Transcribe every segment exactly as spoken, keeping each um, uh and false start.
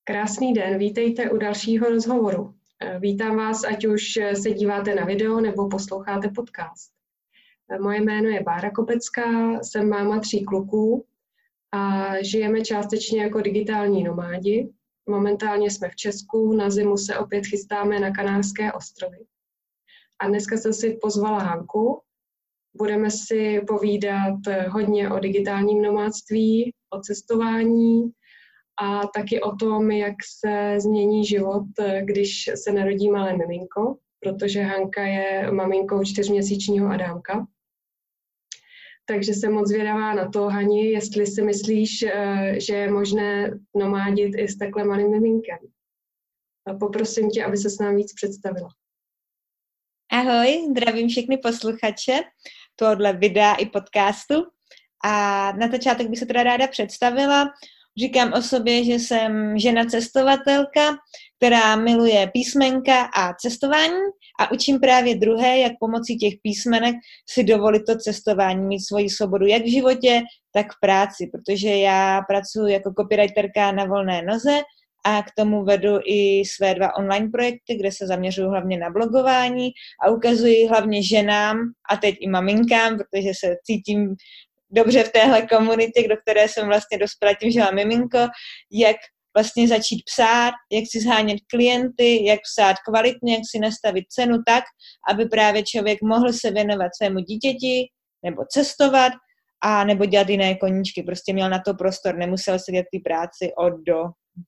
Krásný den, vítejte u dalšího rozhovoru. Vítám vás, ať už se díváte na video nebo posloucháte podcast. Moje jméno je Bára Kopecká, jsem máma tří kluků a žijeme částečně jako digitální nomádi. Momentálně jsme v Česku, na zimu se opět chystáme na Kanárské ostrovy. A dneska jsem si pozvala Hanku. Budeme si povídat hodně o digitálním nomádství, o cestování a taky o tom, jak se změní život, když se narodí malé miminko, protože Hanka je maminkou čtyřměsíčního Adámka. Takže jsem moc zvědavá na to, Hani, jestli si myslíš, že je možné nomádit i s takhle malým miminkem. Poprosím tě, aby se s nám víc představila. Ahoj, zdravím všechny posluchače tohohle videa i podcastu. A na začátek bych se teda ráda představila. Říkám o sobě, že jsem žena cestovatelka, která miluje písmenka a cestování a učím právě druhé, jak pomocí těch písmenek si dovolit to cestování, mít svoji svobodu jak v životě, tak v práci, protože já pracuji jako copywriterka na volné noze a k tomu vedu i své dva online projekty, kde se zaměřuji hlavně na blogování a ukazuji hlavně ženám a teď i maminkám, protože se cítím dobře v téhle komunitě, do které jsem vlastně dospěla tím, že mám miminko, jak vlastně začít psát, jak si zhánět klienty, jak psát kvalitně, jak si nastavit cenu tak, aby právě člověk mohl se věnovat svému dítěti nebo cestovat a nebo dělat jiné koníčky. Prostě měl na to prostor, nemusel sedět ty práci od do.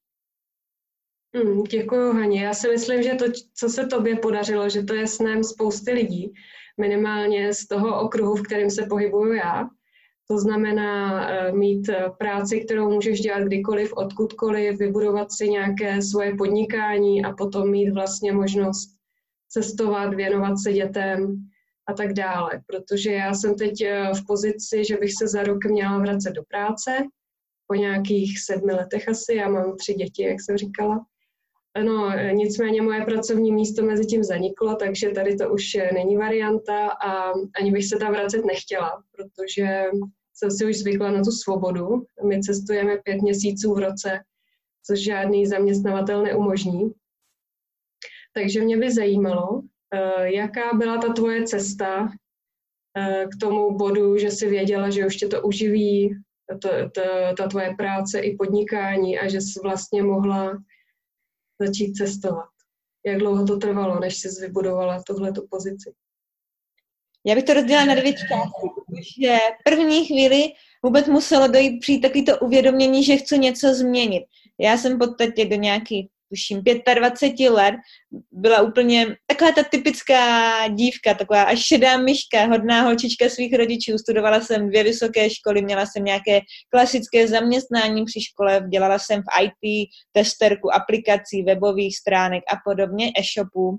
Mm, děkuju, Haně. Já si myslím, že to, co se tobě podařilo, že to je snem spousty lidí, minimálně z toho okruhu, v kterém se pohybuju já. To znamená mít práci, kterou můžeš dělat kdykoliv, odkudkoliv, vybudovat si nějaké svoje podnikání a potom mít vlastně možnost cestovat, věnovat se dětem a tak dále. Protože já jsem teď v pozici, že bych se za rok měla vracet do práce, po nějakých sedmi letech asi, já mám tři děti, jak jsem říkala. No, nicméně moje pracovní místo mezi tím zaniklo, takže tady to už není varianta a ani bych se tam vracet nechtěla, protože jsem si už zvykla na tu svobodu. My cestujeme pět měsíců v roce, což žádný zaměstnavatel neumožní. Takže mě by zajímalo, jaká byla ta tvoje cesta k tomu bodu, že jsi věděla, že už tě to uživí, to, to, ta tvoje práce i podnikání a že jsi vlastně mohla začít cestovat. Jak dlouho to trvalo, než jsi vybudovala tuhletu pozici? Já bych to rozdělila na dvě části, protože v první chvíli vůbec muselo dojít přijít takovýto uvědomění, že chci něco změnit. Já jsem v podstatě do nějakých, tuším, dvacet pět let byla úplně taková ta typická dívka, taková až šedá myška, hodná holčička svých rodičů. Studovala jsem dvě vysoké školy, měla jsem nějaké klasické zaměstnání při škole, dělala jsem v í té, testerku aplikací, webových stránek a podobně, e-shopů.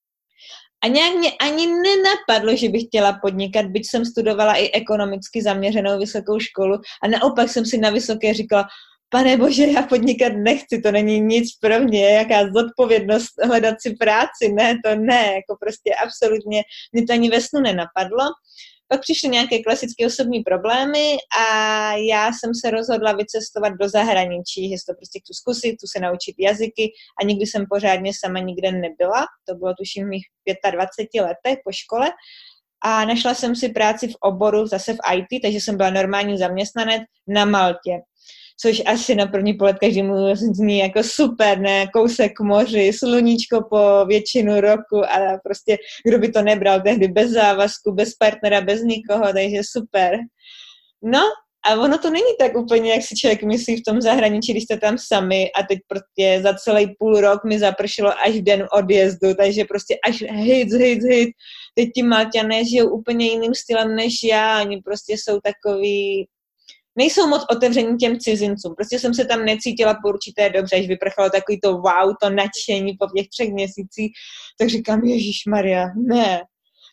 A nějak mě ani nenapadlo, že bych chtěla podnikat, byť jsem studovala i ekonomicky zaměřenou vysokou školu a naopak jsem si na vysoké říkala, pane bože, já podnikat nechci, to není nic pro mě, jaká zodpovědnost hledat si práci, ne, to ne, jako prostě absolutně mě to ani ve snu nenapadlo. Pak přišly nějaké klasické osobní problémy a já jsem se rozhodla vycestovat do zahraničí, že to prostě chci zkusit, chci se naučit jazyky a nikdy jsem pořádně sama nikde nebyla, to bylo tuším v mých dvaceti pěti letech po škole a našla jsem si práci v oboru zase v í té, takže jsem byla normální zaměstnanec na Maltě. Což asi na první pohled každému zní jako super, ne, kousek k moři, sluníčko po většinu roku a prostě kdo by to nebral tehdy bez závazku, bez partnera, bez nikoho, takže super. No a ono to není tak úplně, jak si člověk myslí v tom zahraničí, když jste tam sami a teď prostě za celý půl rok mi zapršelo až v den odjezdu, takže prostě až hit, hit, hit. Teď ti Malťané žijou úplně jiným stylem než já, oni prostě jsou takový nejsou moc otevření těm cizincům. Prostě jsem se tam necítila po určité dobře, až vyprchalo takový to wow, to nadšení po těch třech měsících, tak říkám, ježišmarja, ne.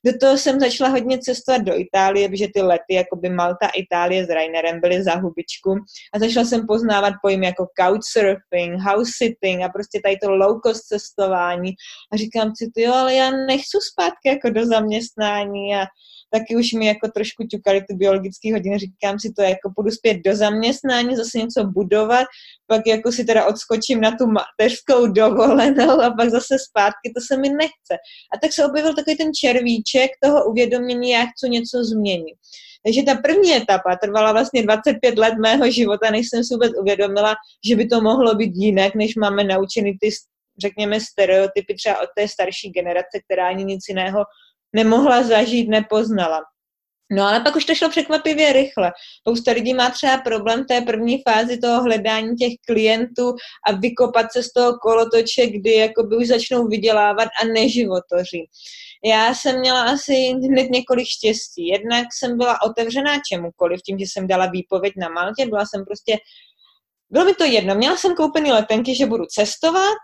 Do toho jsem začala hodně cestovat do Itálie, protože ty lety, jakoby Malta, Itálie s Rainerem byly za hubičku a začala jsem poznávat pojmy jako couchsurfing, house sitting a prostě tady to low cost cestování a říkám si, jo, ale já nechci zpátky jako do zaměstnání a taky už mi jako trošku ťukaly ty biologické hodiny, říkám si to, jako půjdu zpět do zaměstnání, zase něco budovat, pak jako si teda odskočím na tu mateřskou dovolenou a pak zase zpátky, to se mi nechce. A tak se objevil takový ten červíček toho uvědomění, já chci něco změnit. Takže ta první etapa trvala vlastně dvacet pět let mého života, než jsem si vůbec uvědomila, že by to mohlo být jinak, než máme naučený ty, řekněme, stereotypy třeba od té starší generace, která ani nic jiného nemohla zažít, nepoznala. No ale pak už to šlo překvapivě rychle. Spousta lidí má třeba problém v té první fázi toho hledání těch klientů a vykopat se z toho kolotoče, kdy jakoby už začnou vydělávat a neživotoří. Já jsem měla asi hned několik štěstí. Jednak jsem byla otevřená čemukoliv, tím, že jsem dala výpověď na Maltě, byla jsem prostě, bylo mi to jedno, měla jsem koupený letenky, že budu cestovat,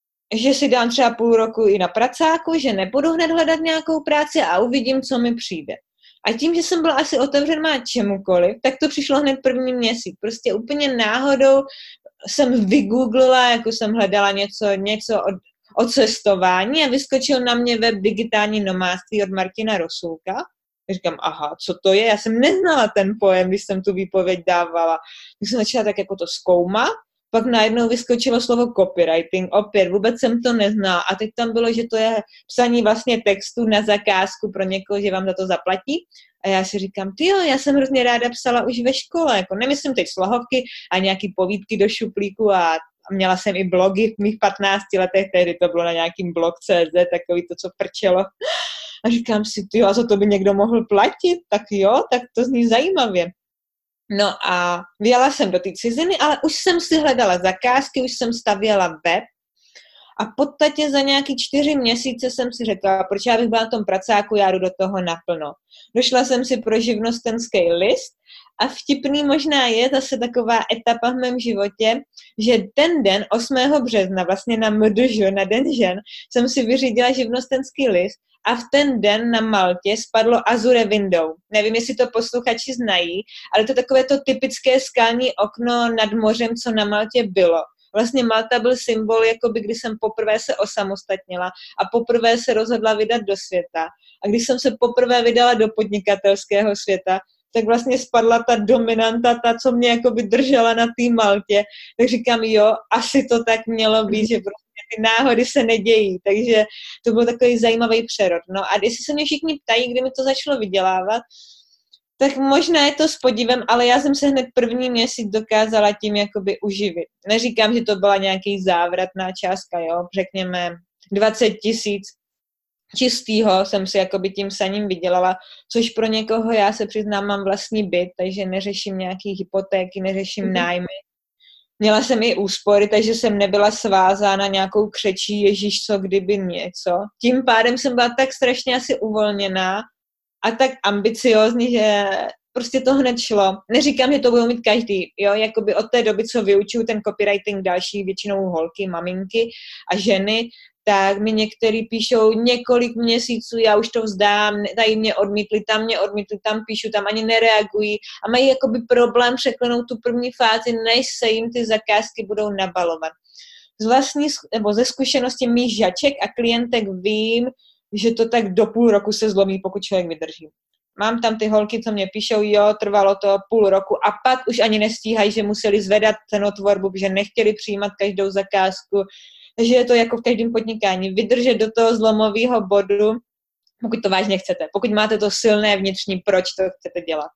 že si dám třeba půl roku i na pracáku, že nebudu hned hledat nějakou práci a uvidím, co mi přijde. A tím, že jsem byla asi otevřená čemukoliv, tak to přišlo hned první měsíc. Prostě úplně náhodou jsem vygooglila, jako jsem hledala něco, něco o, o cestování a vyskočil na mě web Digitální nomádství od Martina Rosulka. Říkám, aha, co to je? Já jsem neznala ten pojem, když jsem tu výpověď dávala. Tak jsem začala tak jako to zkoumat. Pak najednou vyskočilo slovo copywriting, opět, vůbec jsem to neznala. A teď tam bylo, že to je psaní vlastně textu na zakázku pro někoho, že vám za to zaplatí. A já si říkám, tyjo, já jsem hrozně ráda psala už ve škole, jako nemyslím teď slohovky a nějaký povídky do šuplíku a měla jsem i blogy v mých patnácti letech, tehdy to bylo na nějakým blog tečka cé zet, takový to, co prčelo. A říkám si, tyjo, a za to by někdo mohl platit? Tak jo, tak to zní zajímavě. No a vyjela jsem do té ciziny, ale už jsem si hledala zakázky, už jsem stavěla web a v podstatě za nějaký čtyři měsíce jsem si řekla, proč já bych byla na tom pracáku, já jdu do toho naplno. Došla jsem si pro živnostenský list a vtipný možná je zase taková etapa v mém životě, že ten den osmého března, vlastně na em dé žé, na Den žen, jsem si vyřídila živnostenský list a v ten den na Maltě spadlo Azure Window. Nevím, jestli to posluchači znají, ale to takové to typické skalní okno nad mořem, co na Maltě bylo. Vlastně Malta byl symbol, jakoby když jsem poprvé se osamostatnila a poprvé se rozhodla vydat do světa. A když jsem se poprvé vydala do podnikatelského světa, tak vlastně spadla ta dominanta, ta, co mě jakoby držela na té Maltě. Tak říkám, jo, asi to tak mělo být, že prostě ty náhody se nedějí. Takže to byl takový zajímavý přerod. No a jestli se mě všichni ptají, kdy mi to začalo vydělávat, tak možná je to s podívem, ale já jsem se hned první měsíc dokázala tím jakoby uživit. Neříkám, že to byla nějaký závratná částka, jo, řekněme dvacet tisíc čistýho jsem si jakoby tím saním vydělala, což pro někoho, já se přiznám, mám vlastní byt, takže neřeším nějaký hypotéky, neřeším mm-hmm. nájmy. Měla jsem i úspory, takže jsem nebyla svázána nějakou křečí, ježíš co, kdyby něco. Tím pádem jsem byla tak strašně asi uvolněná a tak ambiciózní, že prostě to hned šlo. Neříkám, že to budou mít každý, jo, jakoby od té doby, co vyučuju ten copywriting další, většinou holky, maminky a ženy, tak mi některý píšou několik měsíců, já už to vzdám, tady mě odmítli, tam mě odmítli, tam píšu, tam ani nereagují a mají jakoby problém překlenout tu první fázi, než se jim ty zakázky budou nabalovat. Z vlastní, nebo ze zkušenosti mých žaček a klientek vím, že to tak do půl roku se zlomí, pokud člověk vydrží. Mám tam ty holky, co mě píšou, jo, trvalo to půl roku a pak už ani nestíhají, že museli zvedat cenotvorbu, protože nechtěli přijímat každou zakázku. Takže je to jako v každém podnikání. Vydržet do toho zlomového bodu, pokud to vážně chcete. Pokud máte to silné vnitřní, proč to chcete dělat.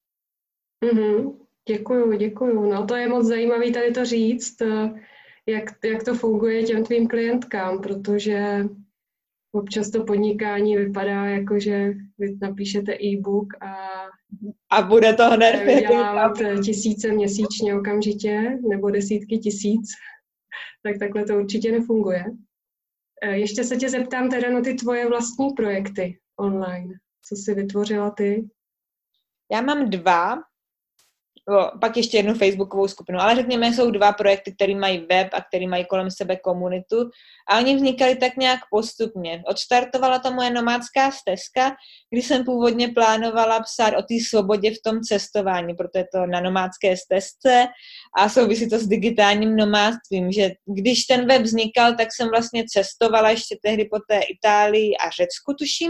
Mm-hmm. Děkuju, děkuju. No to je moc zajímavé tady to říct, jak, jak to funguje těm tvým klientkám, protože občas to podnikání vypadá jako, že vy napíšete e-book a, a bude to hned vydělávat tisíce měsíčně okamžitě, nebo desítky tisíc. Tak takhle to určitě nefunguje. Ještě se tě zeptám teda na ty tvoje vlastní projekty online. Co jsi vytvořila ty? Já mám dva. o, pak ještě jednu facebookovou skupinu, ale řekněme, jsou dva projekty, které mají web a které mají kolem sebe komunitu a oni vznikaly tak nějak postupně. Odstartovala ta moje nomádská stezka, kdy jsem původně plánovala psát o té svobodě v tom cestování, proto je to na nomádské stezce a souvisí to s digitálním nomádstvím, že když ten web vznikal, tak jsem vlastně cestovala ještě tehdy po té Itálii a Řecku, tuším,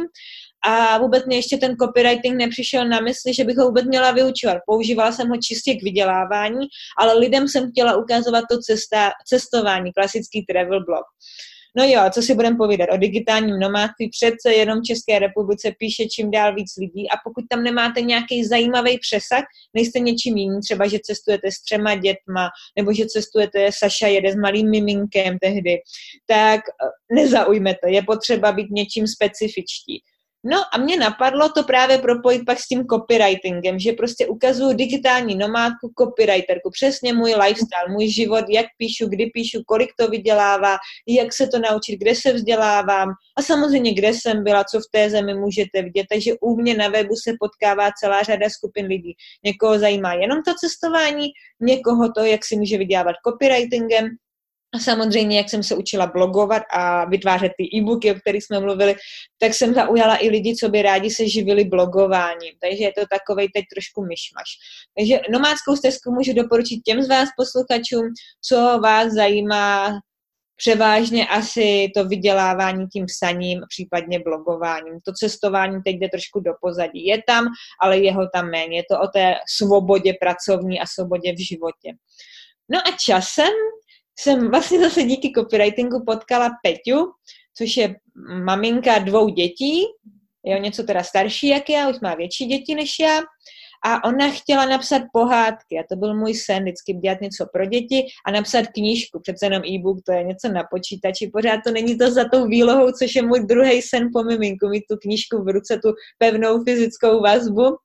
a vůbec mě ještě ten copywriting nepřišel na mysli, že bych ho vůbec měla vyučovat. Používala jsem ho čistě k vydělávání, ale lidem jsem chtěla ukazovat to cesta, cestování, klasický travel blog. No jo, co si budeme povídat o digitálním nomádství, přece jenom v České republice píše čím dál víc lidí a pokud tam nemáte nějaký zajímavý přesah, nejste něčím jiným, třeba, že cestujete s třema dětma, nebo že cestujete, Saša jede s malým miminkem tehdy, tak nezaujmete, je potřeba být něčím specifičtí. No a mě napadlo to právě propojit pak s tím copywritingem, že prostě ukazuju digitální nomádku, copywriterku, přesně můj lifestyle, můj život, jak píšu, kdy píšu, kolik to vydělává, jak se to naučit, kde se vzdělávám a samozřejmě kde jsem byla, co v té zemi můžete vidět. Takže u mě na webu se potkává celá řada skupin lidí. Někoho zajímá jenom to cestování, někoho to, jak si může vydělávat copywritingem, a samozřejmě, jak jsem se učila blogovat a vytvářet ty e-booky, o kterých jsme mluvili, tak jsem zaujala i lidi, co by rádi se živili blogováním. Takže je to takovej teď trošku myšmaš. Takže nomádskou stezku můžu doporučit těm z vás posluchačům, co vás zajímá převážně asi to vydělávání tím psaním, případně blogováním. To cestování teď jde trošku do pozadí. Je tam, ale je ho tam méně. Je to o té svobodě pracovní a svobodě v životě. No a časem jsem vlastně zase díky copywritingu potkala Peťu, což je maminka dvou dětí, je o něco teda starší jak já, už má větší děti než já, a ona chtěla napsat pohádky a to byl můj sen, vždycky dělat něco pro děti a napsat knížku, přece jenom e-book, to je něco na počítači, pořád to není to za tou výlohou, což je můj druhý sen po miminku, mít tu knížku v ruce, tu pevnou fyzickou vazbu.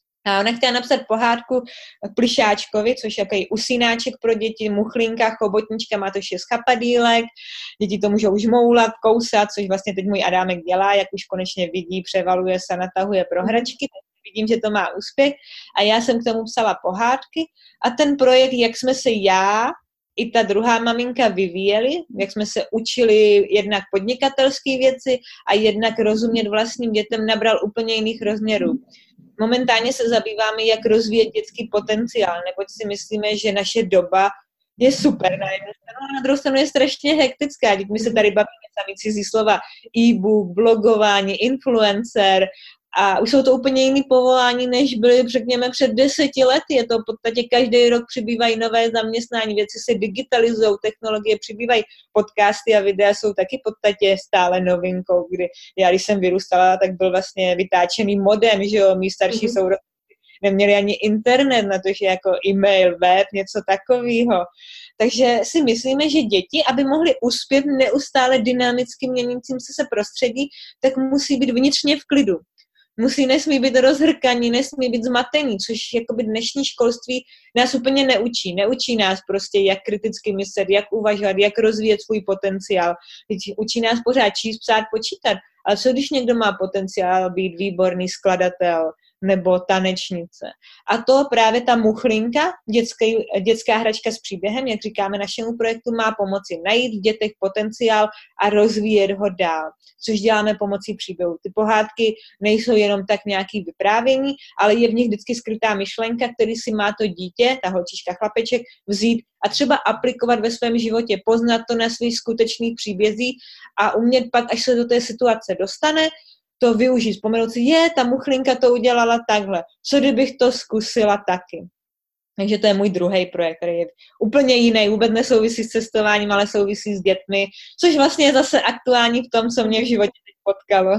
A ona chtěla napsat pohádku Plyšáčkovi, což je takový usínáček pro děti, muchlinka, chobotnička, má to šest chapadýlek, děti to můžou žmoulat, kousat, což vlastně teď můj Adámek dělá, jak už konečně vidí, převaluje se, natahuje pro hračky, vidím, že to má úspěch a já jsem k tomu psala pohádky a ten projekt, jak jsme se já i ta druhá maminka vyvíjeli, jak jsme se učili jednak podnikatelské věci a jednak rozumět vlastním dětem, nabral úplně jiných rozměrů. Momentálně se zabýváme, jak rozvíjet dětský potenciál, neboť si myslíme, že naše doba je super na jednu stranu a na druhou stranu je strašně hektická. My se tady bavíme sami cizí slova, e-book, blogování, influencer a už jsou to úplně jiný povolání, než byly, řekněme, před deseti lety. Je to v podstatě každý rok přibývají nové zaměstnání, věci se digitalizují, technologie přibývají, podcasty a videa jsou taky v podstatě stále novinkou, kdy já, když jsem vyrůstala, tak byl vlastně vytáčený modem, že jo, mý starší mm-hmm. sourozenci neměli ani internet, na to, že jako e-mail, web, něco takového. Takže si myslíme, že děti, aby mohly uspět v neustále dynamicky měnícím se prostředí, tak musí být vnitřně v klidu. Musí, nesmí být rozhrkaní, nesmí být zmatený, což jakoby dnešní školství nás úplně neučí. Neučí nás prostě, jak kriticky myslet, jak uvažovat, jak rozvíjet svůj potenciál. Učí nás pořád číst, psát, počítat. Ale co když někdo má potenciál být výborný skladatel nebo tanečnice? A to právě ta muchlinka, dětský, dětská hračka s příběhem, jak říkáme našemu projektu, má pomoci najít v dětech potenciál a rozvíjet ho dál, což děláme pomocí příběhu. Ty pohádky nejsou jenom tak nějaký vyprávění, ale je v nich vždycky skrytá myšlenka, který si má to dítě, ta holčička, chlapeček, vzít a třeba aplikovat ve svém životě, poznat to na svých skutečných příbězích a umět pak, až se do té situace dostane, to využít, vzpomenout si, je, ta muchlinka to udělala takhle, co kdybych to zkusila taky. Takže to je můj druhý projekt, který je úplně jiný, vůbec nesouvisí s cestováním, ale souvisí s dětmi, což vlastně je zase aktuální v tom, co mě v životě teď potkalo.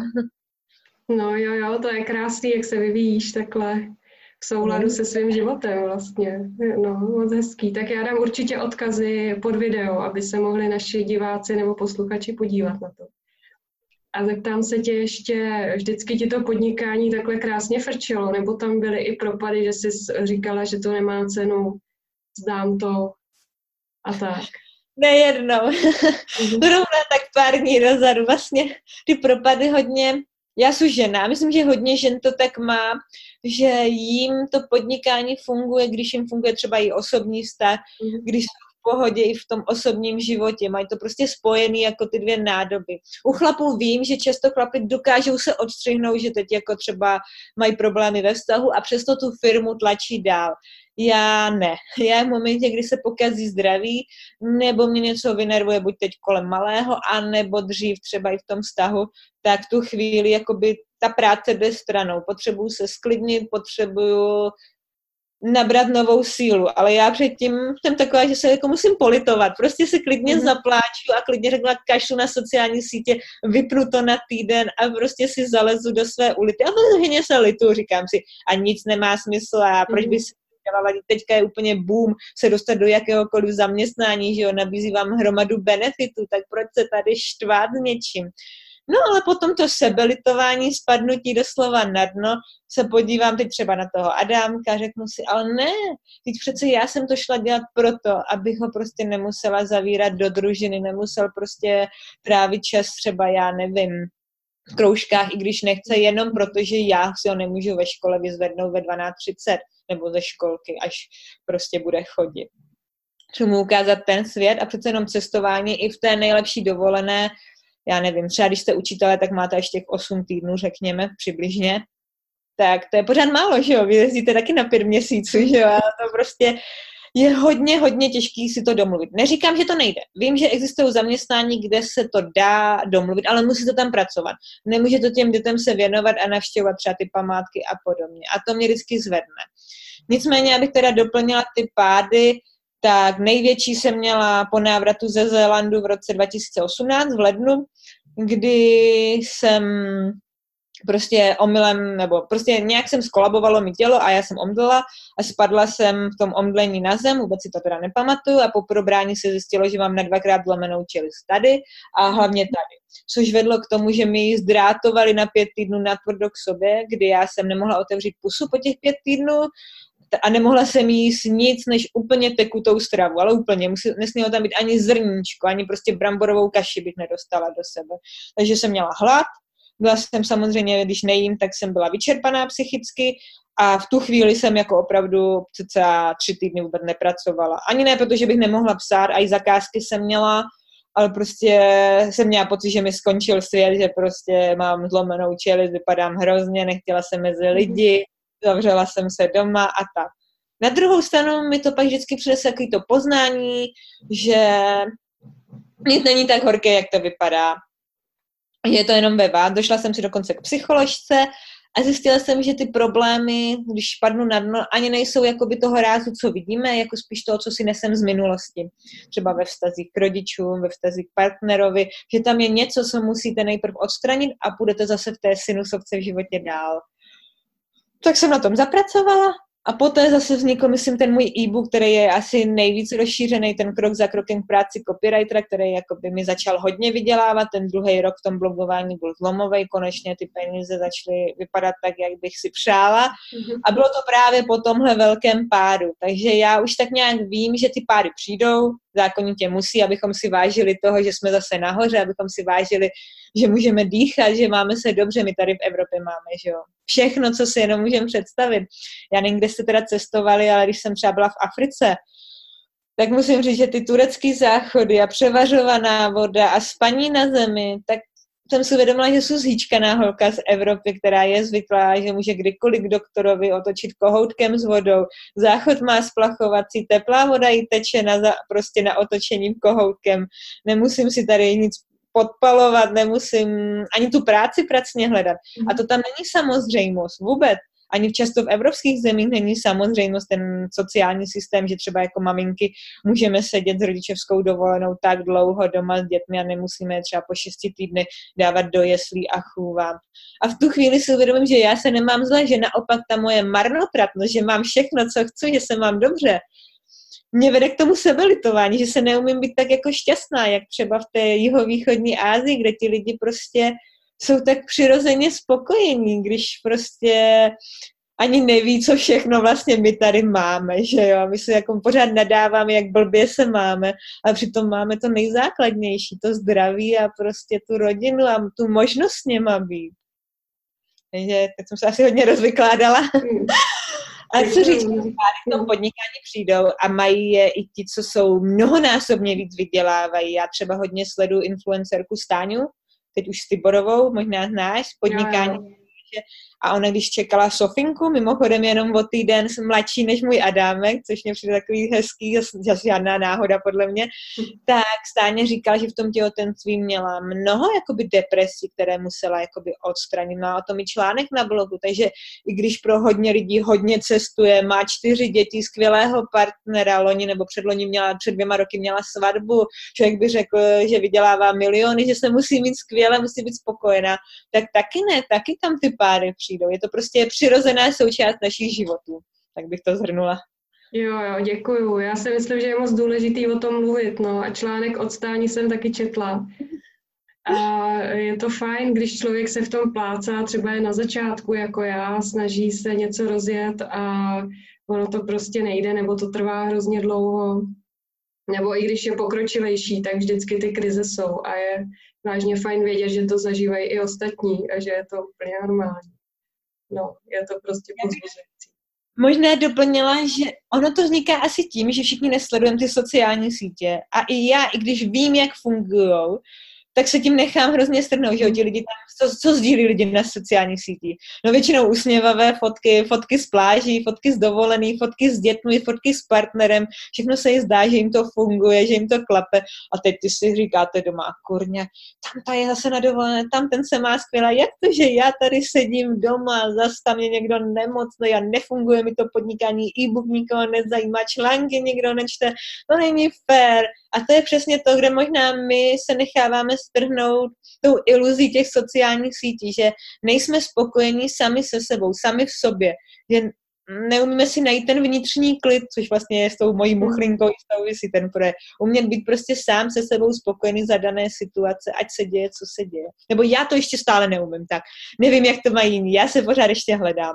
No jo, jo, to je krásný, jak se vyvíjíš takhle v souladu se svým životem vlastně. No, moc hezký. Tak já dám určitě odkazy pod video, aby se mohli naši diváci nebo posluchači podívat na to. A zeptám se tě ještě, vždycky ti to podnikání takhle krásně frčelo, nebo tam byly i propady, že jsi říkala, že to nemá cenu, zdám to a tak? Nejednou. Zrovna tak pár dní dozadu. Vlastně ty propady hodně já jsem žena, myslím, že hodně žen to tak má, že jim to podnikání funguje, když jim funguje třeba i osobní vztah, když jsou v pohodě i v tom osobním životě, mají to prostě spojený jako ty dvě nádoby. U chlapů vím, že často chlapi dokážou se odstřihnout, že teď jako třeba mají problémy ve vztahu a přesto tu firmu tlačí dál. Já ne. Já v momentě, kdy se pokazí zdraví, nebo mě něco vynervuje buď teď kolem malého, anebo dřív třeba i v tom vztahu, tak tu chvíli jakoby ta práce jde stranou. Potřebuju se sklidnit, potřebuju nabrat novou sílu, ale já předtím jsem taková, že se jako musím politovat. Prostě se klidně mm. zapláču a klidně řekla kašlu na sociální sítě, vypnu to na týden a prostě si zalezu do své ulity. A vlastně se litu, říkám si, a nic nemá smysl a proč by si dělala, teďka je úplně boom se dostat do jakéhokoliv zaměstnání, že jo, nabízí vám hromadu benefitů, tak proč se tady štvát s něčím? No ale potom to sebelitování, spadnutí doslova na dno, se podívám teď třeba na toho Adámka, řeknu si, ale ne, teď přece já jsem to šla dělat proto, abych ho prostě nemusela zavírat do družiny, nemusel prostě trávit čas třeba, já nevím, v kroužkách, i když nechce, jenom protože já si ho nemůžu ve škole vyzvednout ve dvanáct třicet nebo ze školky, až prostě bude chodit. Chci mu ukázat ten svět a přece jenom cestování i v té nejlepší dovolené, já nevím, třeba když jste učitelé, tak máte ještě těch osm týdnů, řekněme, přibližně, tak to je pořád málo, že jo, vy jezdíte taky na pět měsíců, že jo, a to prostě je hodně, hodně těžký si to domluvit. Neříkám, že to nejde. Vím, že existují zaměstnání, kde se to dá domluvit, ale musí to tam pracovat. Nemůže to těm dětem se věnovat a navštěvovat třeba ty památky a podobně. A to mě vždycky zvedne. Nicméně, abych teda doplnila ty pády, tak největší jsem měla po návratu ze Zélandu v roce dva tisíce osmnáct v lednu, kdy jsem prostě omylem, nebo prostě nějak jsem skolabovalo mi tělo a já jsem omdlela a spadla jsem v tom omdlení na zem, vůbec si to teda nepamatuju a po probrání se zjistilo, že mám na dvakrát zlomenou čelist tady a hlavně tady. Což vedlo k tomu, že mi ji zdrátovali na pět týdnů natvrdo k sobě, kdy já jsem nemohla otevřít pusu po těch pět týdnů a nemohla jsem jíst nic než úplně tekutou stravu, ale úplně, nesmělo tam být ani zrníčko, ani prostě bramborovou kaši bych nedostala do sebe. Takže jsem měla hlad, byla jsem samozřejmě, když nejím, tak jsem byla vyčerpaná psychicky a v tu chvíli jsem jako opravdu cca tři týdny vůbec nepracovala. Ani ne, protože bych nemohla psát, a i zakázky jsem měla, ale prostě jsem měla pocit, že mi skončil svět, že prostě mám zlomenou čelist, vypadám hrozně, nechtěla jsem mezi lidi, zavřela jsem se doma a tak. Na druhou stranu mi to pak vždycky přinese takový to poznání, že nic není tak horké, jak to vypadá. Je to jenom ve vás. Došla jsem si dokonce k psycholožce a zjistila jsem, že ty problémy, když padnu na dno, ani nejsou jakoby toho rázu, co vidíme, jako spíš toho, co si nesem z minulosti. Třeba ve vztazích k rodičům, ve vztazích k partnerovi, že tam je něco, co musíte nejprv odstranit a půjdete zase v té sinusovce v životě dál. Tak jsem na tom zapracovala a poté zase vznikl, myslím, ten můj e-book, který je asi nejvíc rozšířený, ten krok za krokem k práci copywritera, který jakoby mi začal hodně vydělávat, ten druhý rok v tom blogování byl zlomovej, konečně ty peníze začaly vypadat tak, jak bych si přála a bylo to právě po tomhle velkém pádu, takže já už tak nějak vím, že ty pády přijdou, zákonitě musí, abychom si vážili toho, že jsme zase nahoře, abychom si vážili, že můžeme dýchat, že máme se dobře, my tady v Evropě máme, že jo. Všechno, co si jenom můžeme představit. Já nevím, kde jste teda cestovali, ale když jsem třeba byla v Africe, tak musím říct, že ty turecký záchody a převařovaná voda a spaní na zemi, tak jsem si uvědomila, že jsem zhýčkaná holka z Evropy, která je zvyklá, že může kdykoliv k doktorovi otočit kohoutkem s vodou. Záchod má splachovací, teplá voda jí teče na, za, prostě na otočení kohoutkem. Nemusím si tady nic podpalovat, nemusím ani tu práci pracně hledat. A to tam není samozřejmost vůbec. Ani často v evropských zemích není samozřejmost ten sociální systém, že třeba jako maminky můžeme sedět s rodičovskou dovolenou tak dlouho doma s dětmi a nemusíme je třeba po šesti týdny dávat do jeslí a chůvám. A v tu chvíli si uvědomím, že já se nemám zle, že naopak ta moje marnotratnost, že mám všechno, co chci, že se mám dobře, mě vede k tomu sebelitování, že se neumím být tak jako šťastná, jak třeba v té jihovýchodní Asii, kde ti lidi prostě jsou tak přirozeně spokojení, když prostě ani neví, co všechno vlastně my tady máme, že jo, my se jako pořád nadáváme, jak blbě se máme, ale přitom máme to nejzákladnější, to zdraví a prostě tu rodinu a tu možnost s něma být. Takže tak jsem se asi hodně rozvykládala. Hmm. A co říct, že v tom podnikání přijdou a mají je i ti, co jsou mnohonásobně víc vydělávají. Já třeba hodně sleduju influencerku Stáňu, teď už s Tiborovou, možná znáš, podnikání. Jo, jo. A ona, když čekala Sofinku, mimochodem jenom o týden mladší než můj Adámek, což mě přijde takový hezký, zase žádná náhoda podle mě, tak Stáně říkala, že v tom těhotenství měla mnoho jakoby depresí, které musela jakoby odstranit. Má o tom i článek na blogu, takže i když pro hodně lidí hodně cestuje, má čtyři děti, skvělého partnera, loni nebo předloni měla, před dvěma roky měla svatbu, člověk by řekl, že vydělává miliony, že se musí mít skvěle, musí být spokojená, tak taky ne, taky tam ty páry přijdou. Je to prostě přirozená součást našich životů. Tak bych to shrnula. Jo, jo, děkuju. Já si myslím, že je moc důležitý o tom mluvit. No. A článek od Stání jsem taky četla. A je to fajn, když člověk se v tom plácá, třeba je na začátku jako já, snaží se něco rozjet a ono to prostě nejde, nebo to trvá hrozně dlouho. Nebo i když je pokročilejší, tak vždycky ty krize jsou. A je vážně fajn vědět, že to zažívají i ostatní a že je to úplně normální. No, je to prostě povzbuzující. Možná doplnila, že ono to vzniká asi tím, že všichni nesledujeme ty sociální sítě a i já, i když vím, jak fungujou, tak se tím nechám hrozně strhnout, že ti lidi tam, co, co sdílí lidi na sociálních sítích. No většinou usměvavé fotky, fotky z pláží, fotky z dovolený, fotky s dětmi, fotky s partnerem, všechno se jí zdá, že jim to funguje, že jim to klape a teď ty si říkáte doma, kurňa, tam ta je zase na dovolené, tam ten se má skvělá, jak to, že já tady sedím doma, zase tam je někdo nemocný a nefunguje mi to podnikání, e-book nikoho nezajímá, články nikdo nečte, to není fér. A to je přesně to, kde možná my se necháváme strhnout tou iluzí těch sociálních sítí, že nejsme spokojení sami se sebou, sami v sobě, že neumíme si najít ten vnitřní klid, což vlastně je s tou mojí muchlinkou souvisí ten projekt. Umět být prostě sám se sebou spokojený za dané situace, ať se děje, co se děje. Nebo já to ještě stále neumím, tak nevím, jak to mají jiní, já se pořád ještě hledám.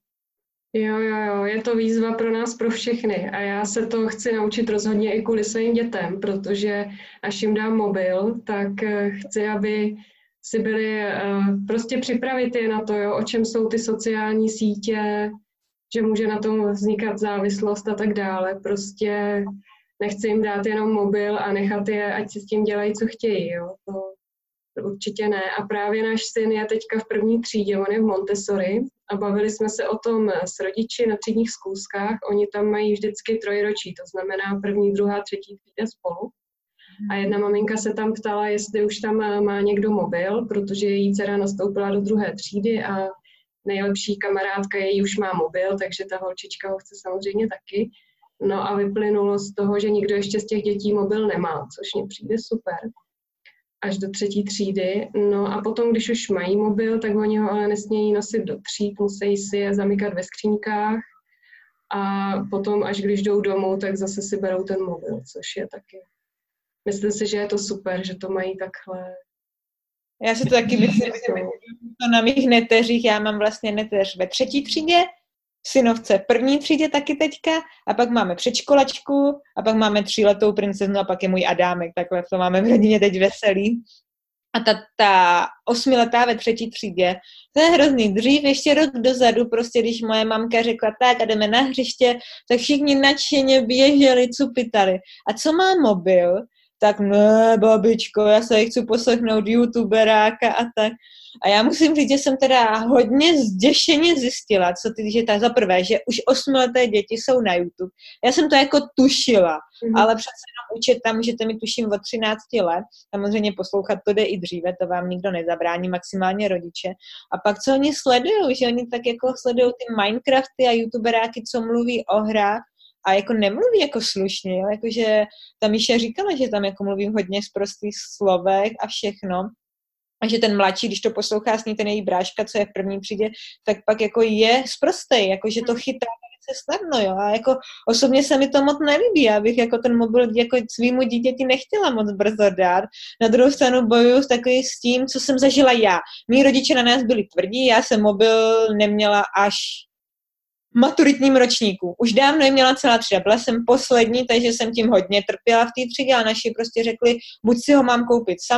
Jo, jo, jo, je to výzva pro nás, pro všechny a já se to chci naučit rozhodně i kvůli svým dětem, protože až jim dám mobil, tak chci, aby si byli prostě připravit je na to, jo, o čem jsou ty sociální sítě, že může na tom vznikat závislost a tak dále. Prostě nechci jim dát jenom mobil a nechat je, ať si s tím dělají, co chtějí, jo, to určitě ne. A právě náš syn je teďka v první třídě, on je v Montessori a bavili jsme se o tom s rodiči na třídních zkouškách. Oni tam mají vždycky trojročí, to znamená první, druhá, třetí třída spolu. A jedna maminka se tam ptala, jestli už tam má někdo mobil, protože její dcera nastoupila do druhé třídy a nejlepší kamarádka její už má mobil, takže ta holčička ho chce samozřejmě taky. No a vyplynulo z toho, že nikdo ještě z těch dětí mobil nemá, což mně přijde super. Až do třetí třídy. No a potom, když už mají mobil, tak oni ho ale nesmějí nosit do tříd, musí si je zamykat ve skříňkách a potom, až když jdou domů, tak zase si berou ten mobil, což je taky. Myslím si, že je to super, že to mají takhle. Já si to taky myslím, že to na mých neteřích, já mám vlastně neteř ve třetí třídě, synovce v první třídě taky teďka a pak máme předškolačku a pak máme tříletou princeznu a pak je můj Adámek, takhle to máme v rodině teď veselý. A ta, ta osmiletá ve třetí třídě, to je hrozný. Dřív, ještě rok dozadu, prostě když moje mamka řekla tak a jdeme na hřiště, tak všichni nadšeně běželi, cupitali. A co má mobil? Tak ne, babičko, já se chci poslechnout youtuberáka a tak. A já musím říct, že jsem teda hodně zděšeně zjistila, co ty, že ta za prvé, že už osmileté děti jsou na YouTube. Já jsem to jako tušila, mm-hmm. ale přece jenom učit tam můžete mi tuším od třinácti let. Samozřejmě poslouchat to jde i dříve, to vám nikdo nezabrání, maximálně rodiče. A pak co oni sledují, že oni tak jako sledují ty Minecrafty a youtuberáky, co mluví o hrách, a jako nemluví jako slušně, jo? Jakože ta Míša říkala, že tam jako mluvím hodně z prostých slovek a všechno. A že ten mladší, když to poslouchá s ní ten její bráška, co je v první třídě, tak pak jako je sprostej, jako že to chytá velice snadno, jo. A jako osobně se mi to moc nelíbí, já bych jako ten mobil jako svýmu dítěti nechtěla moc brzo dát. Na druhou stranu bojuju s takový s tím, co jsem zažila já. Mí rodiče na nás byli tvrdí, já jsem mobil neměla až maturitním ročníku. Už dávno je měla celá třída. Byla jsem poslední, takže jsem tím hodně trpěla v té třídě a naši prostě řekli, buď si ho mám koupit sama,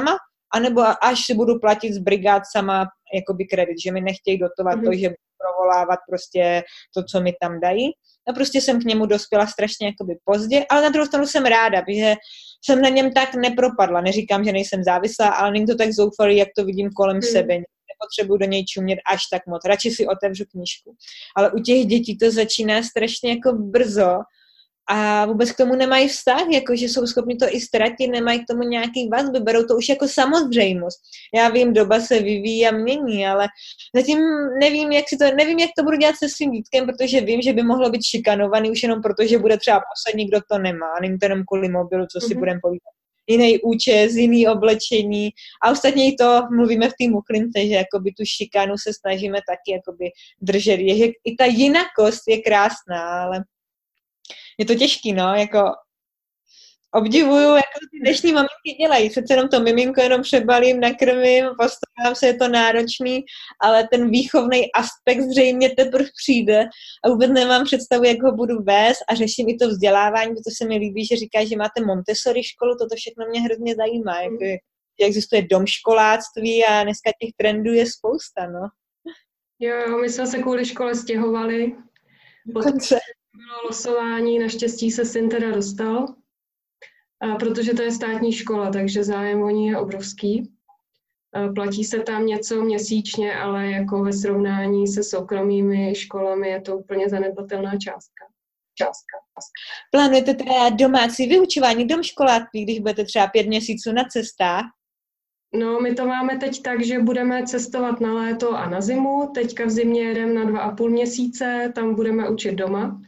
anebo až si budu platit z brigád sama jakoby kredit, že mi nechtějí dotovat mm-hmm. to, že budu provolávat prostě to, co mi tam dají. A prostě jsem k němu dospěla strašně jakoby pozdě, ale na druhou stranu jsem ráda, že jsem na něm tak nepropadla. Neříkám, že nejsem závislá, ale není to tak zoufalý, jak to vidím kolem mm. sebe. Nepotřebuji do něj čumět až tak moc. Radši si otevřu knížku. Ale u těch dětí to začíná strašně jako brzo a vůbec k tomu nemají vztah, jako že jsou schopni to i ztratit, nemají k tomu nějaký vazby, berou to už jako samozřejmost. Já vím, doba se vyvíjí a mění, ale zatím nevím, jak si to, nevím, jak to budu dělat se svým dítkem, protože vím, že by mohlo být šikanovaný už jenom proto, že bude třeba poslední, kdo to nemá. Není to jenom kvůli mobilu, co si mm-hmm. budeme povídat. Jiný účes, jiný oblečení a ostatně i to mluvíme v té Muchlince, že jakoby tu šikanu se snažíme taky jakoby držet. Je, že i ta jinakost je krásná, ale je to těžký, no, jako obdivuju, jak to ty dnešní maminky dělají. Přece jenom to miminko jenom přebalím, nakrmím, postarám se, je to náročný, ale ten výchovný aspekt zřejmě teprve přijde a vůbec nemám představu, jak ho budu vést a řeším i to vzdělávání, protože se mi líbí, že říká, že máte Montessori školu, toto všechno mě hrozně zajímá, jako, že existuje domškoláctví a dneska těch trendů je spousta, no. Jo, jo, my jsme se kvůli škole stěhovali. Dokonce. Bylo losování, naštěstí se syn teda dostal, a protože to je státní škola, takže zájem o ní je obrovský. A platí se tam něco měsíčně, ale jako ve srovnání se soukromými školami je to úplně zanedbatelná částka. částka. Plánujete teda domácí vyučování, domškoláctví, když budete třeba pět měsíců na cestách? No, my to máme teď tak, že budeme cestovat na léto a na zimu. Teďka v zimě jedeme na dva a půl měsíce, tam budeme učit doma.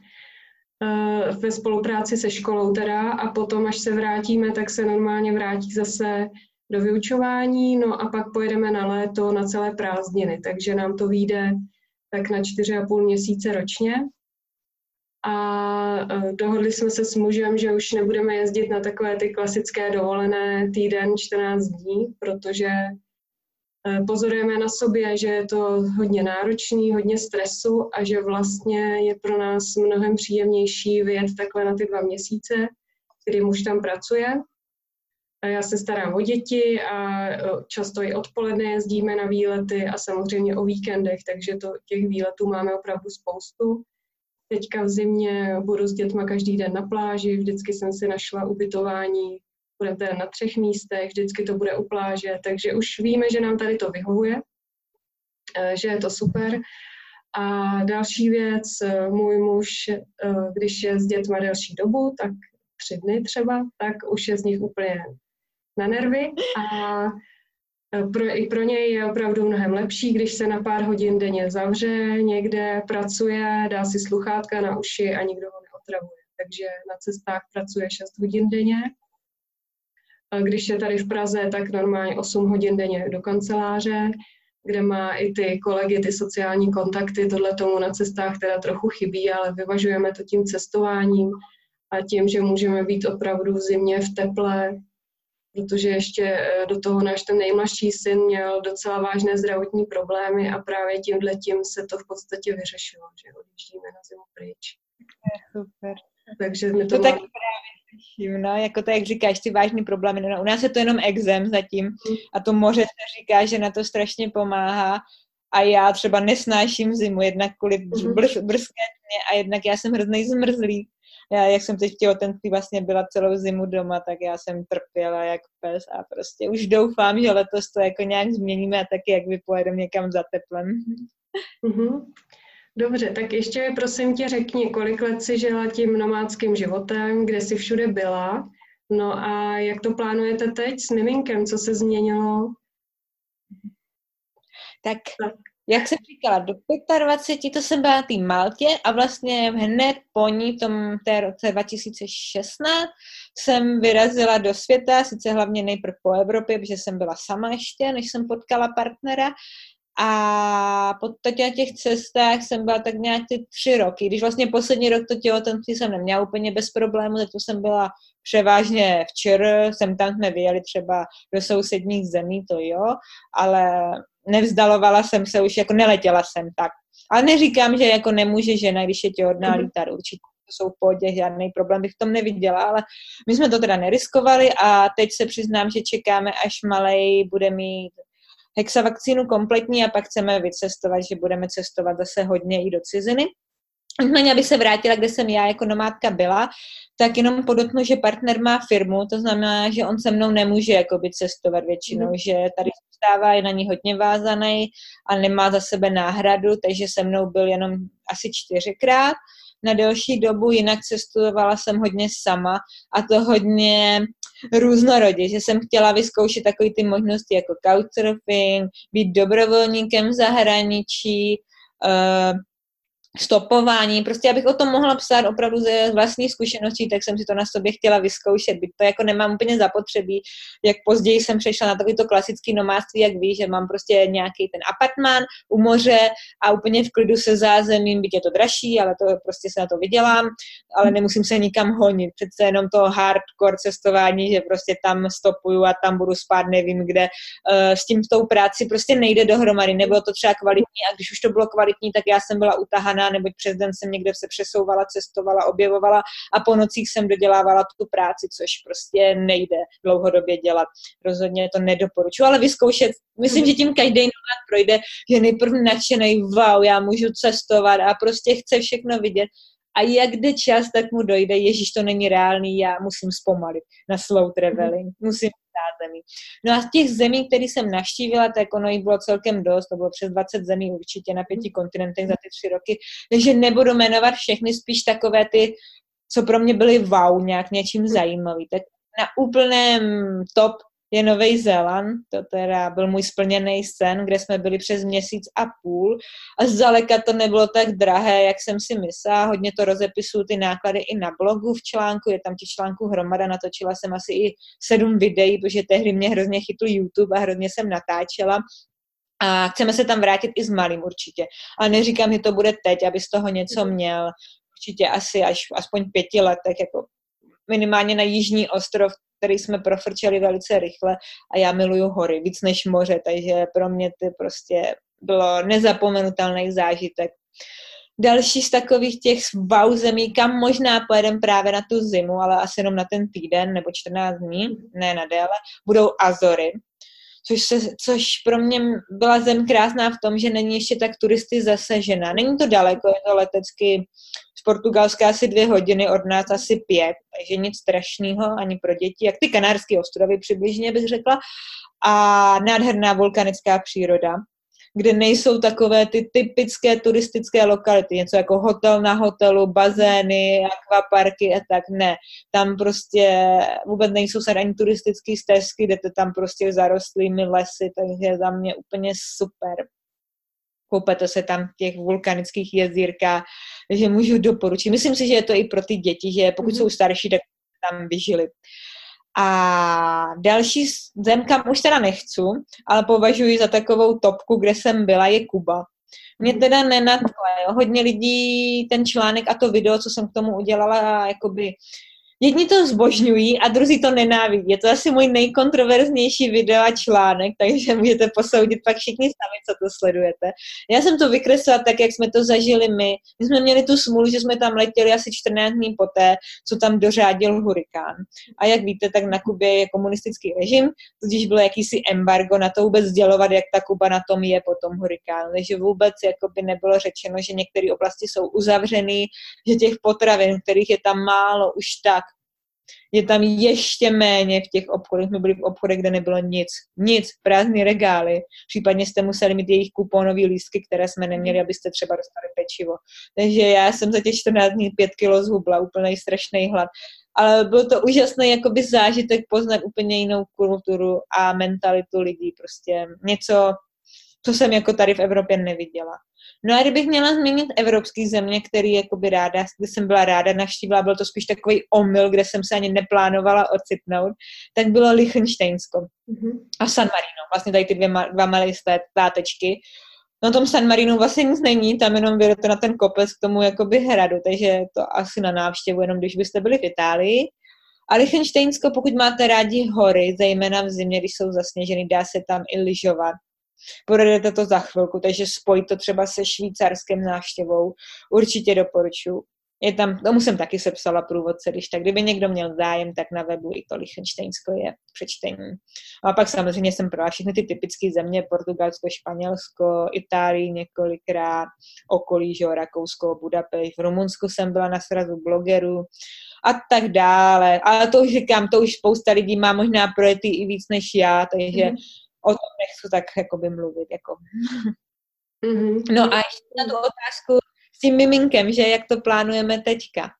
Ve spolupráci se školou teda a potom, až se vrátíme, tak se normálně vrátí zase do vyučování, no a pak pojedeme na léto na celé prázdniny, takže nám to vyjde tak na čtyři a půl měsíce ročně. A dohodli jsme se s mužem, že už nebudeme jezdit na takové ty klasické dovolené týden, čtrnáct dní, protože pozorujeme na sobě, že je to hodně náročný, hodně stresu a že vlastně je pro nás mnohem příjemnější vyjet takhle na ty dva měsíce, kdy muž tam pracuje. A já se starám o děti a často i odpoledne jezdíme na výlety a samozřejmě o víkendech, takže to, těch výletů máme opravdu spoustu. Teďka v zimě budu s dětma každý den na pláži, vždycky jsem si našla ubytování, budete na třech místech, vždycky to bude u pláže, takže už víme, že nám tady to vyhovuje, že je to super. A další věc, můj muž, když je s dětma delší dobu, tak tři dny třeba, tak už je z nich úplně na nervy a pro, i pro něj je opravdu mnohem lepší, když se na pár hodin denně zavře, někde pracuje, dá si sluchátka na uši a nikdo ho neotravuje. Takže na cestách pracuje šest hodin denně. A když je tady v Praze, tak normálně osm hodin denně do kanceláře, kde má i ty kolegy, ty sociální kontakty. Tohle tomu na cestách teda trochu chybí, ale vyvažujeme to tím cestováním a tím, že můžeme být opravdu v zimě v teple, protože ještě do toho náš ten nejmladší syn měl docela vážné zdravotní problémy a právě tímhletím se to v podstatě vyřešilo, že odjíždíme na zimu pryč. Super. Takže my to, to tak máme... právě slyším, no, jako to, jak říkáš, ty vážný problémy, no, u nás je to jenom exém zatím hmm. a to moře se říká, že na to strašně pomáhá a já třeba nesnáším zimu, jednak kvůli hmm. brzké dně a jednak já jsem hroznej zmrzlý. Já, jak jsem teď v těhotenství vlastně byla celou zimu doma, tak já jsem trpěla jak pes a prostě už doufám, že letos to jako nějak změníme a taky jak vypojedeme někam za teplem. Mm-hmm. Dobře, tak ještě mi prosím tě řekni, kolik let jsi žila tím nomádským životem, kde jsi všude byla, no a jak to plánujete teď s miminkem, co se změnilo? Tak, tak. Jak jsem říkala, do dvacet pět to jsem byla na té Maltě a vlastně hned po ní, v tom té roce dva tisíce šestnáct, jsem vyrazila do světa, sice hlavně nejprve po Evropě, protože jsem byla sama ještě, než jsem potkala partnera. A po na těch cestách jsem byla tak nějak ty tři roky. Když vlastně poslední rok to těhotenství jsem neměla úplně bez problému, zato jsem byla převážně včera, jsem tam jsme vyjeli třeba do sousedních zemí, to jo, ale nevzdalovala jsem se už, jako neletěla jsem tak. Ale neříkám, že jako nemůže žena, když je těhotná, lítat, určitě jsou v pohodě, žádný problém bych v tom neviděla, ale my jsme to teda neriskovali a teď se přiznám, že čekáme, až malej bude mít hexavakcínu kompletní a pak chceme vycestovat, že budeme cestovat zase hodně i do ciziny. Nicméně, abych se vrátila, kde jsem já jako nomádka byla, tak jenom podotknu, že partner má firmu, to znamená, že on se mnou nemůže jakoby cestovat většinou, mm. že tady zůstává, je na ní hodně vázaný a nemá za sebe náhradu, takže se mnou byl jenom asi čtyřikrát na delší dobu, jinak cestovala jsem hodně sama a to hodně různorodě, že jsem chtěla vyzkoušet takové ty možnosti jako couchsurfing, být dobrovolníkem v zahraničí, uh, stopování, prostě abych o tom mohla psát opravdu ze vlastní zkušeností, tak jsem si to na sobě chtěla vyzkoušet, byť to jako nemám úplně zapotřebí, jak později jsem přešla na takovýto klasický nomádství, jak víš, že mám prostě nějaký ten apartmán u moře a úplně v klidu se zázemím, byť je to dražší, ale to prostě se na to vydělám, ale nemusím se nikam honit, přece jenom to hardcore cestování, že prostě tam stopuju a tam budu spát nevím kde, uh, s tím tou práci prostě nejde dohromady, nebylo to třeba kvalitní a když už to bylo kvalitní, tak já jsem byla utahaná, neboť přes den jsem někde se přesouvala, cestovala, objevovala a po nocích jsem dodělávala tu práci, což prostě nejde dlouhodobě dělat. Rozhodně to nedoporučuji, ale vyzkoušet, myslím, že tím každý nomád projde, že nejprve nadšenej, wow, já můžu cestovat a prostě chce všechno vidět. A jak jde čas, tak mu dojde, ježíš, to není reálný, já musím zpomalit na slow traveling, musím zemí. No a z těch zemí, které jsem navštívila, tak ono jich bylo celkem dost, to bylo přes dvacet zemí určitě na pěti kontinentech za ty tři roky, takže nebudu jmenovat všechny, spíš takové ty, co pro mě byly wow, nějak něčím zajímavý. Tak na úplném top je Nový Zéland, to teda byl můj splněný sen, kde jsme byli přes měsíc a půl a zdaleka to nebylo tak drahé, jak jsem si myslela, hodně to rozepisuju ty náklady i na blogu v článku, je tam těch článků hromada, natočila jsem asi i sedm videí, protože tehdy mě hrozně chytl YouTube a hrozně jsem natáčela. A chceme se tam vrátit i s malým určitě. Ale neříkám, že to bude teď, aby z toho něco měl. Určitě asi až aspoň pěti letech, jako minimálně na Jižní ostrov, který jsme profrčeli velice rychle a já miluju hory, víc než moře, takže pro mě to prostě bylo nezapomenutelný zážitek. Další z takových těch wow zemí, kam možná pojedem právě na tu zimu, ale asi jenom na ten týden nebo čtrnáct dní, ne na déle, budou Azory. Což, se, což pro mě byla zem krásná v tom, že není ještě tak turisty zasažena. Není to daleko, je to letecky z Portugalska asi dvě hodiny, od nás asi pět, takže nic strašného ani pro děti, jak ty Kanárské ostrovy přibližně bych řekla. A nádherná vulkanická příroda, kde nejsou takové ty typické turistické lokality, něco jako hotel na hotelu, bazény, akvaparky a tak, ne. Tam prostě vůbec nejsou se ani turistické stezky, jdete tam prostě zarostlými lesy, takže za mě úplně super. Koupete se tam v těch vulkanických jezírkách, takže můžu doporučit. Myslím si, že je to i pro ty děti, že pokud mm-hmm. jsou starší, tak tam vyžili. A další zem, kam už teda nechci, ale považuji za takovou topku, kde jsem byla, je Kuba. Mě teda nenadchla, jo. Hodně lidí ten článek a to video, co jsem k tomu udělala, jakoby jedni to zbožňují a druzí to nenávidí. Je to asi můj nejkontroverznější video a článek, takže můžete posoudit pak všichni sami, co to sledujete. Já jsem to vykreslila tak, jak jsme to zažili my. My jsme měli tu smůlu, že jsme tam letěli asi čtrnáct dní poté, co tam dořádil hurikán. A jak víte, tak na Kubě je komunistický režim, tudíž bylo jakýsi embargo na to vůbec sdělovat, jak ta Kuba na tom je po tom hurikánu. Takže vůbec jakoby nebylo řečeno, že některé oblasti jsou uzavřený, že těch potravin, kterých je tam málo už tak, je tam ještě méně v těch obchodech. My byli v obchodech, kde nebylo nic. Nic, prázdný regály. Případně jste museli mít jejich kuponové lístky, které jsme neměli, abyste třeba dostali pečivo. Takže já jsem za těch čtrnáct dní pět kilo zhubla, úplnej strašný hlad. Ale byl to úžasný jakoby zážitek poznat úplně jinou kulturu a mentalitu lidí. Prostě něco, co jsem jako tady v Evropě neviděla. No a kdybych měla zmínit evropský země, který jakoby ráda, kde jsem byla ráda, navštívila, byl to spíš takový omyl, kde jsem se ani neplánovala ocitnout, tak bylo Lichtensteinsko mm-hmm. a San Marino. Vlastně tady ty dvě, dva malé státečky. Na tom San Marinu vlastně nic není, tam jenom vyjedete na ten kopec k tomu jakoby hradu, takže to asi na návštěvu, jenom když byste byli v Itálii. A Lichtensteinsko, pokud máte rádi hory, zejména v zimě, když jsou zasněžený, dá se tam i lyžovat. Pojedete to za chvilku, takže spojit to třeba se švýcarským návštěvou. Určitě doporučuji. Je tam, tomu jsem taky sepsala průvodce, když tak, kdyby někdo měl zájem, tak na webu i to Lichtenštejnsko je k přečtení. A pak samozřejmě jsem prošla všechny ty typické země, Portugalsko, Španělsko, Itálii několikrát, okolí, že jo, Rakousko, Budapešť, v Rumunsku jsem byla na srazu blogerů a tak dále. Ale to už říkám, to už spousta lidí má možná projetý i víc než já, takže mm. o tom nechci tak jakoby mluvit. Jako. Mm-hmm. No a ještě na tu otázku s tím miminkem, že jak to plánujeme teďka.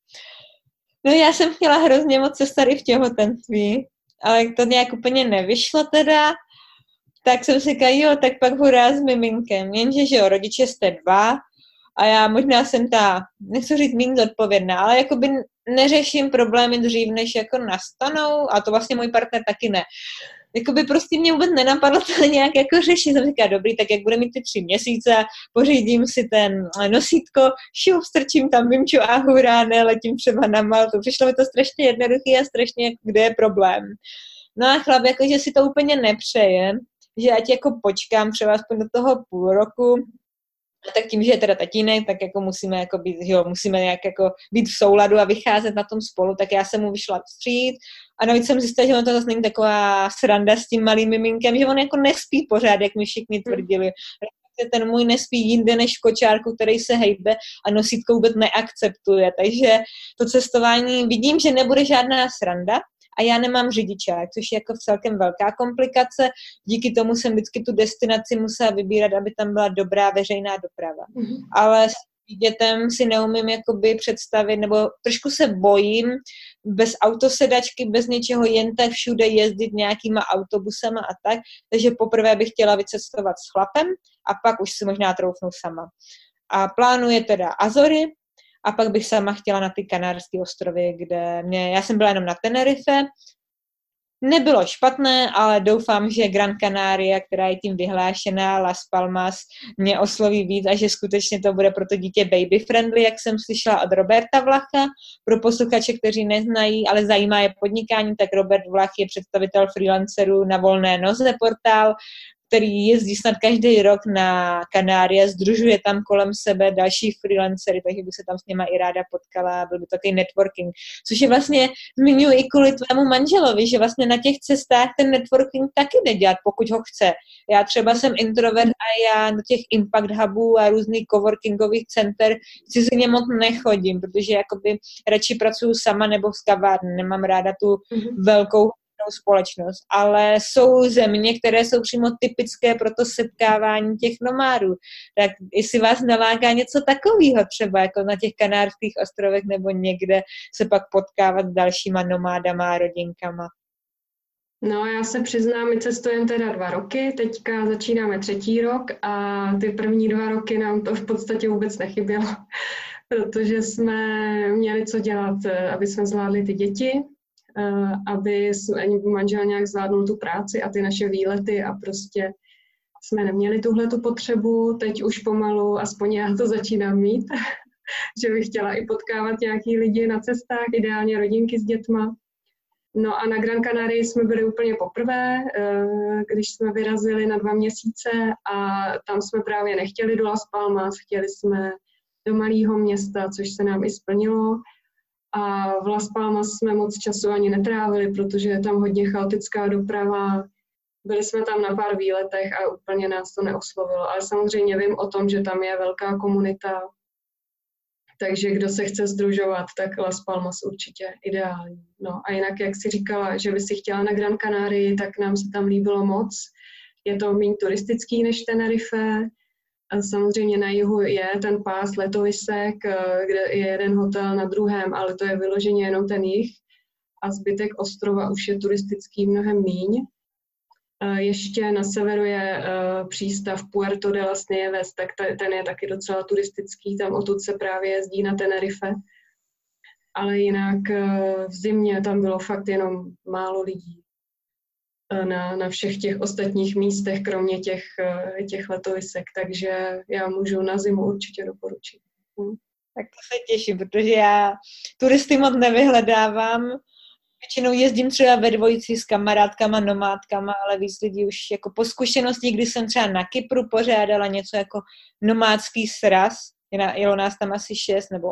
No já jsem chtěla hrozně moc cestat i v těhotenství, ale jak to nějak úplně nevyšlo teda, tak jsem si říkala, jo, tak pak hurá s miminkem. Jenže, že jo, rodiče jste dva a já možná jsem ta, nechci říct méně zodpovědná, ale jakoby neřeším problémy dřív, než jako nastanou a to vlastně můj partner taky ne. Jakoby prostě mě vůbec nenapadlo to nějak jako řešit. Jsem říkala, dobrý, tak jak bude mít ty tři měsíce, pořídím si ten nosítko, šup, strčím tam Vimču a hurá, ne, letím třeba na Maltu. Přišlo mi to strašně jednoduchý a strašně, kde je problém. No a chlap, jakože si to úplně nepřeje, že ať jako počkám třeba aspoň do toho půl roku, a tak tím, že je teda tatínek, tak jako musíme jako být, jo, musíme nějak jako být v souladu a vycházet na tom spolu, tak já jsem mu vyšla vstříc a navíc jsem zjistila, že on to zase není taková sranda s tím malým miminkem, že on jako nespí pořád, jak mi všichni tvrdili. Ten můj nespí jinde než v kočárku, který se hejbe a nosítko vůbec neakceptuje, takže to cestování vidím, že nebude žádná sranda, a já nemám řidičák, což je jako celkem velká komplikace. Díky tomu jsem vždycky tu destinaci musela vybírat, aby tam byla dobrá veřejná doprava. Mm-hmm. Ale s dětem si neumím jakoby představit, nebo trošku se bojím bez autosedačky, bez něčeho jen tak všude jezdit nějakýma autobusama a tak. Takže poprvé bych chtěla vycestovat s chlapem a pak už si možná troufnu sama. A plánuje teda Azory, a pak bych sama chtěla na ty Kanárské ostrovy, kde mě, já jsem byla jenom na Tenerife, nebylo špatné, ale doufám, že Gran Canaria, která je tím vyhlášená, Las Palmas, mě osloví víc a že skutečně to bude pro to dítě baby friendly, jak jsem slyšela od Roberta Vlacha. Pro posluchače, kteří neznají, ale zajímá je podnikání, tak Robert Vlach je představitel freelancerů na Volné noze portál, který jezdí snad každý rok na Kanárie, sdružuje tam kolem sebe další freelancery, takže bych se tam s něma i ráda potkala, byl by to takový networking, což je vlastně, zmiňuji i kvůli tvému manželovi, že vlastně na těch cestách ten networking taky jde dělat, pokud ho chce. Já třeba jsem introvert a já do těch impact hubů a různých coworkingových center cizině moc nechodím, protože jakoby radši pracuju sama nebo v kavárně, nemám ráda tu mm-hmm. velkou společnost, ale jsou země, které jsou přímo typické pro to setkávání těch nomádů. Tak jestli vás naláká něco takového třeba jako na těch Kanárských ostrovech nebo někde se pak potkávat s dalšíma nomádama a rodinkama. No, já se přiznám, my cestujeme teda dva roky, teďka začínáme třetí rok a ty první dva roky nám to v podstatě vůbec nechybělo, protože jsme měli co dělat, aby jsme zvládli ty děti, aby manžel nějak zvládnul tu práci a ty naše výlety a prostě jsme neměli tuhle tu potřebu. Teď už pomalu, aspoň já to začínám mít, že bych chtěla i potkávat nějaký lidi na cestách, ideálně rodinky s dětma. No a na Gran Canarii jsme byli úplně poprvé, když jsme vyrazili na dva měsíce a tam jsme právě nechtěli do Las Palmas, chtěli jsme do malého města, což se nám i splnilo. A v Las Palmas jsme moc času ani netrávili, protože je tam hodně chaotická doprava. Byli jsme tam na pár výletech a úplně nás to neoslovilo. Ale samozřejmě vím o tom, že tam je velká komunita, takže kdo se chce sdružovat, tak Las Palmas určitě ideální. No a jinak, jak jsi říkala, že by si chtěla na Gran Canarii, tak nám se tam líbilo moc. Je to méně turistický než Tenerife. A samozřejmě na jihu je ten pás letovisek, kde je jeden hotel na druhém, ale to je vyloženě jenom ten jih. A zbytek ostrova už je turistický mnohem míň. Ještě na severu je přístav Puerto de las Nieves, tak ten je taky docela turistický, tam odtud se právě jezdí na Tenerife. Ale jinak v zimě tam bylo fakt jenom málo lidí. Na, na všech těch ostatních místech, kromě těch, těch letovisek, takže já můžu na zimu určitě doporučit. Hm. Tak to se těším, protože já turisty moc nevyhledávám. Většinou jezdím třeba ve dvojici s kamarádkama, nomádkama, ale víc lidí už jako po zkušenosti, kdy jsem třeba na Kypru pořádala něco jako nomádský sraz, jelo nás tam asi šest nebo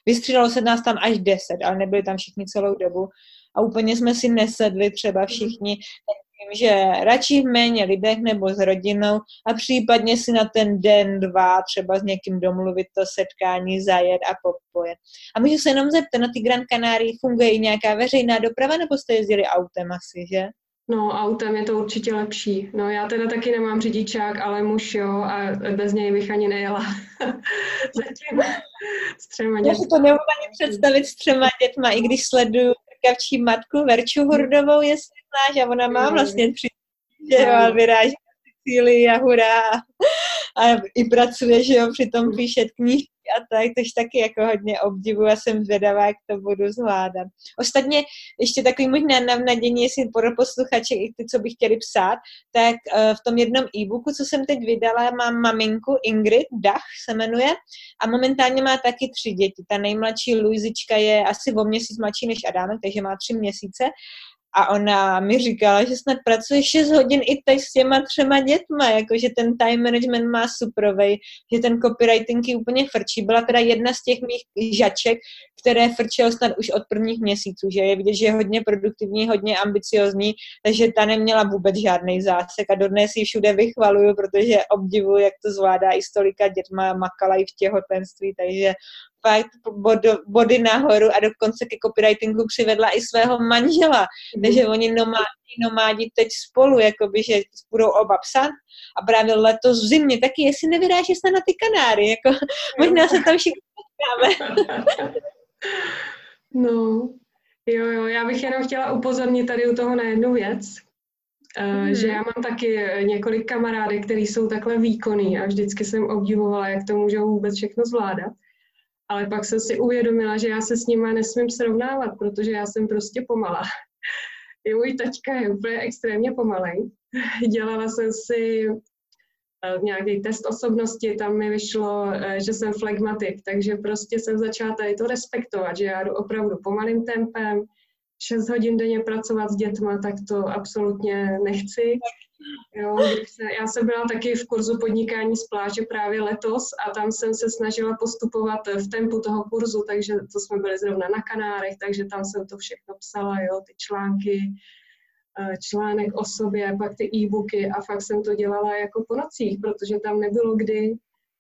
Vystřídalo se nás tam až deset, ale nebyli tam všichni celou dobu. A úplně jsme si nesedli třeba všichni. Vím, že radši v méně lidech nebo s rodinou a případně si na ten den, dva třeba s někým domluvit to setkání, zajet a popojet. A můžu se jenom zeptat, na ty Gran Canarii funguje i nějaká veřejná doprava, nebo jste jezdili autem asi, že? No, autem je to určitě lepší. No, já teda taky nemám řidičák, ale muž jo, a bez něj bych ani nejela. Zatím s třema dětmi. Já si to nemůžu ani představit s třema dětma, i když sleduju trkavčí matku Verču Hurdovou, jestli znáš, a ona má vlastně tři děti, a vyráží na Sicílii a hurá. A i pracuje, že jo, přitom píše knížky a tak, takže taky jako hodně obdivuji a jsem zvědavá, jak to budu zvládat. Ostatně ještě takový možná navnadění, jestli pro posluchače i ty, co by chtěli psát, tak uh, v tom jednom e-booku, co jsem teď vydala, mám maminku Ingrid Dach se jmenuje a momentálně má taky tři děti. Ta nejmladší Luizička je asi o měsíc mladší než Adámek, takže má tři měsíce. A ona mi říkala, že snad pracuje šest hodin i teď s těma třema dětma, jakože ten time management má suprovej, že ten copywriting je úplně frčí. Byla teda jedna z těch mých žaček, které frčelo snad už od prvních měsíců, že je vidět, že je hodně produktivní, hodně ambiciozní, takže ta neměla vůbec žádný zásek a dodnes ji všude vychvaluju, protože obdivuju, jak to zvládá i s tolika dětma, makala i v těhotenství, takže fakt body nahoru a dokonce ke copywritingu přivedla i svého manžela. Mm. Takže oni nomádí, nomádí teď spolu, jakoby, že budou oba psát a právě letos v zimě taky, jestli nevyráží se na ty Kanáry, jako možná se tam všichni potkáme. No, jo, jo, já bych jenom chtěla upozornit tady u toho na jednu věc, mm. že já mám taky několik kamarádek, který jsou takhle výkonný a vždycky jsem obdivovala, jak to můžou vůbec všechno zvládat. Ale pak jsem si uvědomila, že já se s nima nesmím srovnávat, protože já jsem prostě pomalá. I můj taťka je úplně extrémně pomalej. Dělala jsem si nějaký test osobnosti, tam mi vyšlo, že jsem flegmatik, takže prostě jsem začala tady to respektovat, že já jdu opravdu pomalým tempem, šest hodin denně pracovat s dětma, tak to absolutně nechci. Jo, se, já jsem byla taky v kurzu podnikání z pláže právě letos a tam jsem se snažila postupovat v tempu toho kurzu, takže to jsme byli zrovna na Kanárech, takže tam jsem to všechno psala, jo, ty články, článek o sobě, pak ty e-booky a fakt jsem to dělala jako po nocích, protože tam nebylo kdy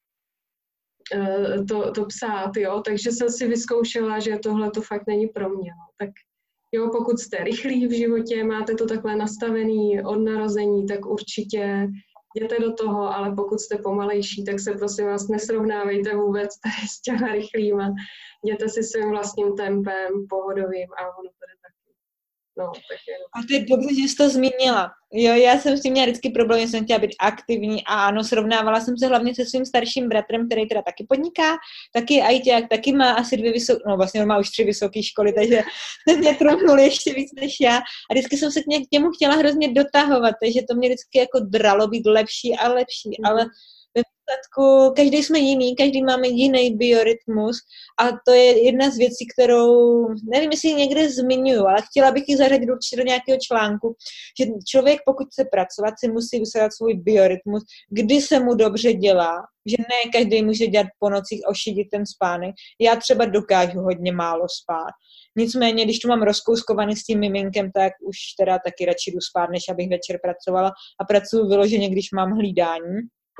to, to psát, jo, takže jsem si vyzkoušela, že tohle to fakt není pro mě, no. Tak jo, pokud jste rychlí v životě, máte to takhle nastavený od narození, tak určitě jděte do toho, ale pokud jste pomalejší, tak se prosím vás nesrovnávejte vůbec tady s těma rychlýma. Jděte si svým vlastním tempem, pohodovým a ono to jde taky. No, tak je... A to je dobře, že jsi to zmínila. Jo, já jsem s tím měla vždycky problém, že jsem chtěla být aktivní a ano, srovnávala jsem se hlavně se svým starším bratrem, který teda taky podniká, taky ajťák, taky má asi dvě vysoké, no vlastně on má už tři vysoké školy, takže ten mě trumnul ještě víc než já a vždycky jsem se k, ně, k němu chtěla hrozně dotahovat, takže to mě vždycky jako dralo být lepší a lepší, mm. ale ve výsledku každý jsme jiný, každý máme jiný biorytmus a to je jedna z věcí, kterou, nevím, jestli někde zmiňuju, ale chtěla bych ji zařadit určitě do nějakého článku, že člověk, pokud chce pracovat, si musí vysadit svůj biorytmus, kdy se mu dobře dělá, že ne každý může dělat po nocích, ošidit ten spánek. Já třeba dokážu hodně málo spát. Nicméně, když to mám rozkouskovaný s tím miminkem, tak už teda taky radši jdu spát, než abych večer pracovala a pracuji vyloženě, když mám hlídání.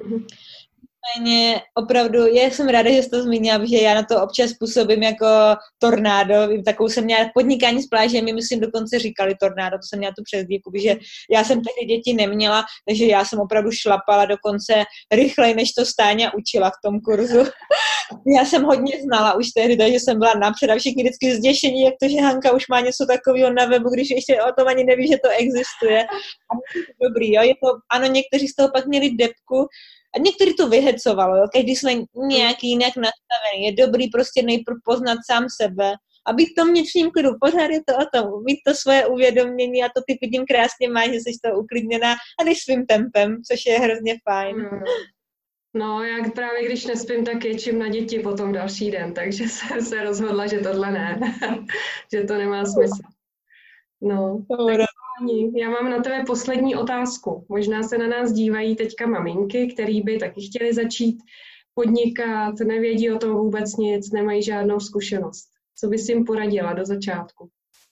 Nicméně opravdu, já jsem ráda, že jsi to zmínila, že já na to občas působím jako tornádo, takovou jsem měla podnikání z pláže, my myslím dokonce říkali tornádo, to jsem měla tu přezdívku, že já jsem tehdy děti neměla, takže já jsem opravdu šlapala dokonce rychleji, než to Stáňa učila v tom kurzu. Já jsem hodně znala už tehdy, takže jsem byla napřed a všichni vždycky zděšení, jak to, že Hanka už má něco takového na webu, když ještě o tom ani neví, že to existuje. A to dobrý, jo, je to, ano, někteří z toho pak měli depku, a někteří to vyhecovalo, jo? Každý jsme nějaký jinak nastavený. Je dobrý prostě nejprve poznat sám sebe a být v tom vnitřním klidu. Pořád je to o tom, mít to svoje uvědomění a to ty vidím krásně máš, že jsi to uklidněná a jdeš svým tempem, což je hrozně fajn. No, jak právě když nespím, tak ječím na děti potom další den, takže jsem se rozhodla, že tohle ne, že to nemá smysl. No, tak, já mám na tebe poslední otázku. Možná se na nás dívají teďka maminky, který by taky chtěli začít podnikat, nevědí o tom vůbec nic, nemají žádnou zkušenost. Co bys jim poradila do začátku?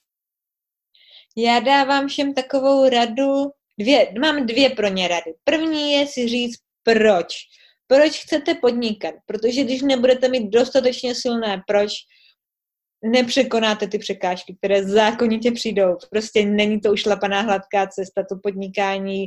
Já dávám všem takovou radu, dvě, mám dvě pro ně rady. První je si říct proč. Proč chcete podnikat? Protože když nebudete mít dostatečně silné proč, nepřekonáte ty překážky, které zákonitě přijdou. Prostě není to ušlapaná hladká cesta, to podnikání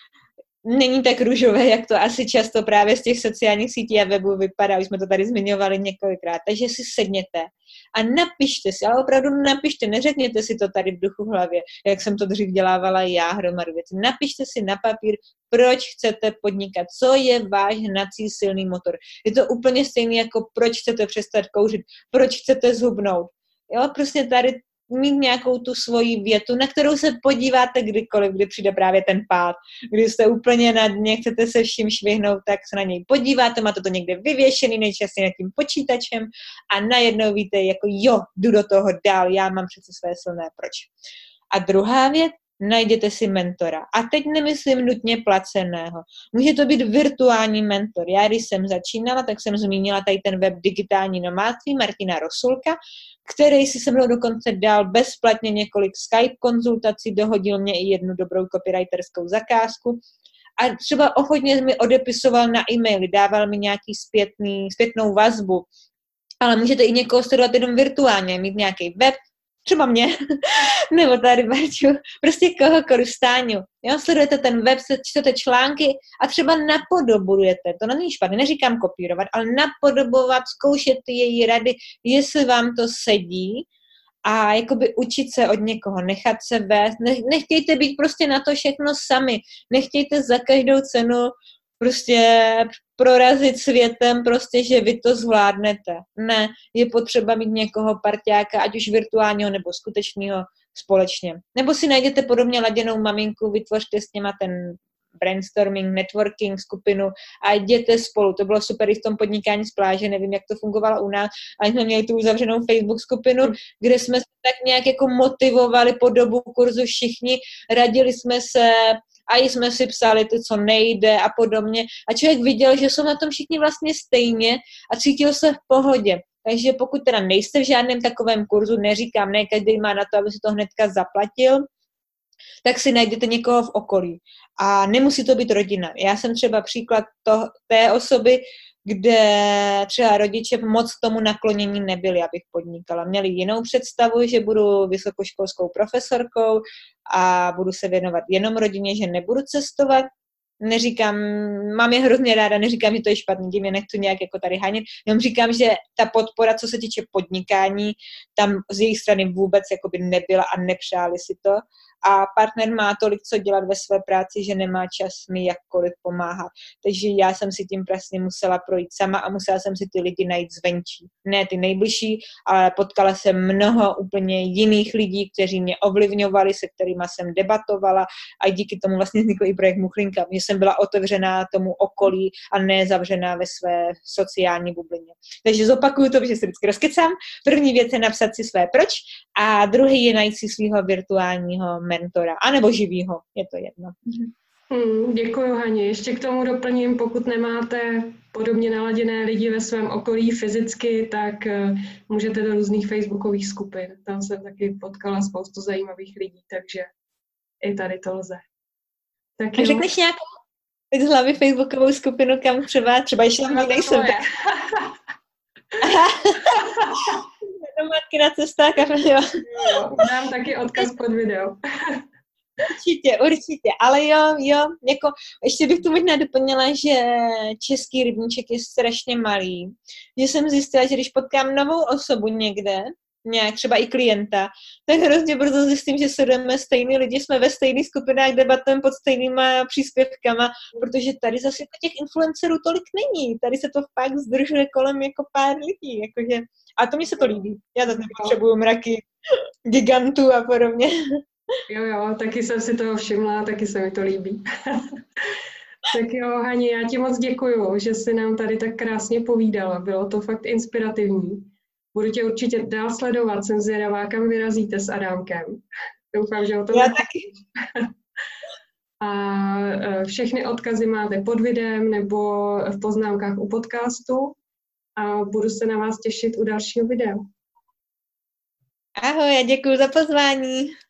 není tak růžové, jak to asi často právě z těch sociálních sítí a webů vypadá. Už jsme to tady zmiňovali několikrát. Takže si sedněte a napište si, ale opravdu napište, neřekněte si to tady v duchu v hlavě, jak jsem to dřív dělávala já hromadu věcí. Napište si na papír, proč chcete podnikat, co je váš hnací silný motor. Je to úplně stejné, jako proč chcete přestat kouřit, proč chcete zhubnout. Jo, prostě tady mít nějakou tu svoji větu, na kterou se podíváte kdykoliv, kdy přijde právě ten pád, kdy jste úplně na dně, chcete se vším švihnout, tak se na něj podíváte, máte to někde vyvěšený, nejčastěji nad tím počítačem a najednou víte, jako jo, jdu do toho dál, já mám přece své silné proč. A druhá věc, najděte si mentora. A teď nemyslím nutně placeného. Může to být virtuální mentor. Já, když jsem začínala, tak jsem zmínila tady ten web Digitální nomádství Martina Rosulka, který si se mnou dokonce dal bezplatně několik Skype konzultací, dohodil mě i jednu dobrou copywriterskou zakázku a třeba ochotně mi odepisoval na e-maily, dával mi nějaký zpětný, zpětnou vazbu. Ale můžete i někoho sledovat jenom virtuálně, mít nějaký web, třeba mě, nebo tady Barču, prostě kohokoliv Stáňu. Jo, sledujete ten web, čtete články a třeba napodobujete, to není špatné, neříkám kopírovat, ale napodobovat, zkoušet její rady, jestli vám to sedí a jakoby učit se od někoho, nechat se vést, ne, nechtějte být prostě na to všechno sami, nechtějte za každou cenu prostě prorazit světem, prostě, že vy to zvládnete. Ne, je potřeba mít někoho parťáka, ať už virtuálního nebo skutečného společně. Nebo si najděte podobně laděnou maminku, vytvořte s něma ten brainstorming, networking skupinu a jděte spolu. To bylo super i v tom podnikání z pláže, nevím, jak to fungovalo u nás, ale jsme měli tu uzavřenou Facebook skupinu, kde jsme se tak nějak jako motivovali po dobu kurzu všichni, radili jsme se, a jsme si psali to, co nejde a podobně. A člověk viděl, že jsou na tom všichni vlastně stejně a cítil se v pohodě. Takže pokud teda nejste v žádném takovém kurzu, neříkám, ne každý má na to, aby si to hnedka zaplatil, tak si najdete někoho v okolí. A nemusí to být rodina. Já jsem třeba příklad to, té osoby, kde třeba rodiče moc k tomu naklonění nebyli, abych podnikala. Měli jinou představu, že budu vysokoškolskou profesorkou a budu se věnovat jenom rodině, že nebudu cestovat. Neříkám, mám je hrozně ráda, neříkám, že to je špatný, tím je nechci nějak jako tady hanit, jenom říkám, že ta podpora, co se týče podnikání, tam z jejich strany vůbec jakoby nebyla a nepřáli si to. A partner má tolik co dělat ve své práci, že nemá čas mi jakkoliv pomáhat. Takže já jsem si tím vlastně musela projít sama a musela jsem si ty lidi najít zvenčí. Ne ty nejbližší, ale potkala jsem mnoho úplně jiných lidí, kteří mě ovlivňovali, se kterými jsem debatovala a díky tomu vlastně vznikl i projekt Muchlinka, že jsem byla otevřená tomu okolí a ne zavřená ve své sociální bublině. Takže zopakuju to, že se vždycky rozkecám. První věc je napsat si své proč a druhý je najít si svého virtuálního mentora, anebo živýho, je to jedno. Hmm, děkuju, Hani. Ještě k tomu doplním, pokud nemáte podobně naladěné lidi ve svém okolí fyzicky, tak uh, můžete do různých facebookových skupin. Tam jsem taky potkala spoustu zajímavých lidí, takže i tady to lze. Tak a řekneš nějakou teď z hlavy facebookovou skupinu, kam třeba, třeba ještě tam nejsem. Nomádky na cestách, jo. Jo, dám taky odkaz pod video. Určitě, určitě, ale jo, jo, jako, ještě bych tu možná doplnila, že český rybníček je strašně malý, že jsem zjistila, že když potkám novou osobu někde, nějak třeba i klienta, tak hrozně brzo zjistím, že sledujeme stejný lidi, jsme ve stejných skupinách, debatujeme pod stejnýma příspěvkama, protože tady zase těch influencerů tolik není, tady se to fakt zdržuje kolem jako pár lidí, jakože, a to mi se to líbí, já zase nepotřebuju mraky gigantů a podobně. Jo, jo, taky jsem si toho všimla, taky se mi to líbí. Tak jo, Hani, já ti moc děkuju, že jsi nám tady tak krásně povídala, bylo to fakt inspirativní. Budu tě určitě dál sledovat, jsem zvědavá, kam vyrazíte s Adámkem. Doufám, že o tom... Já taky. A Všechny odkazy máte pod videem nebo v poznámkách u podcastu a budu se na vás těšit u dalšího videa. Ahoj, a děkuji za pozvání.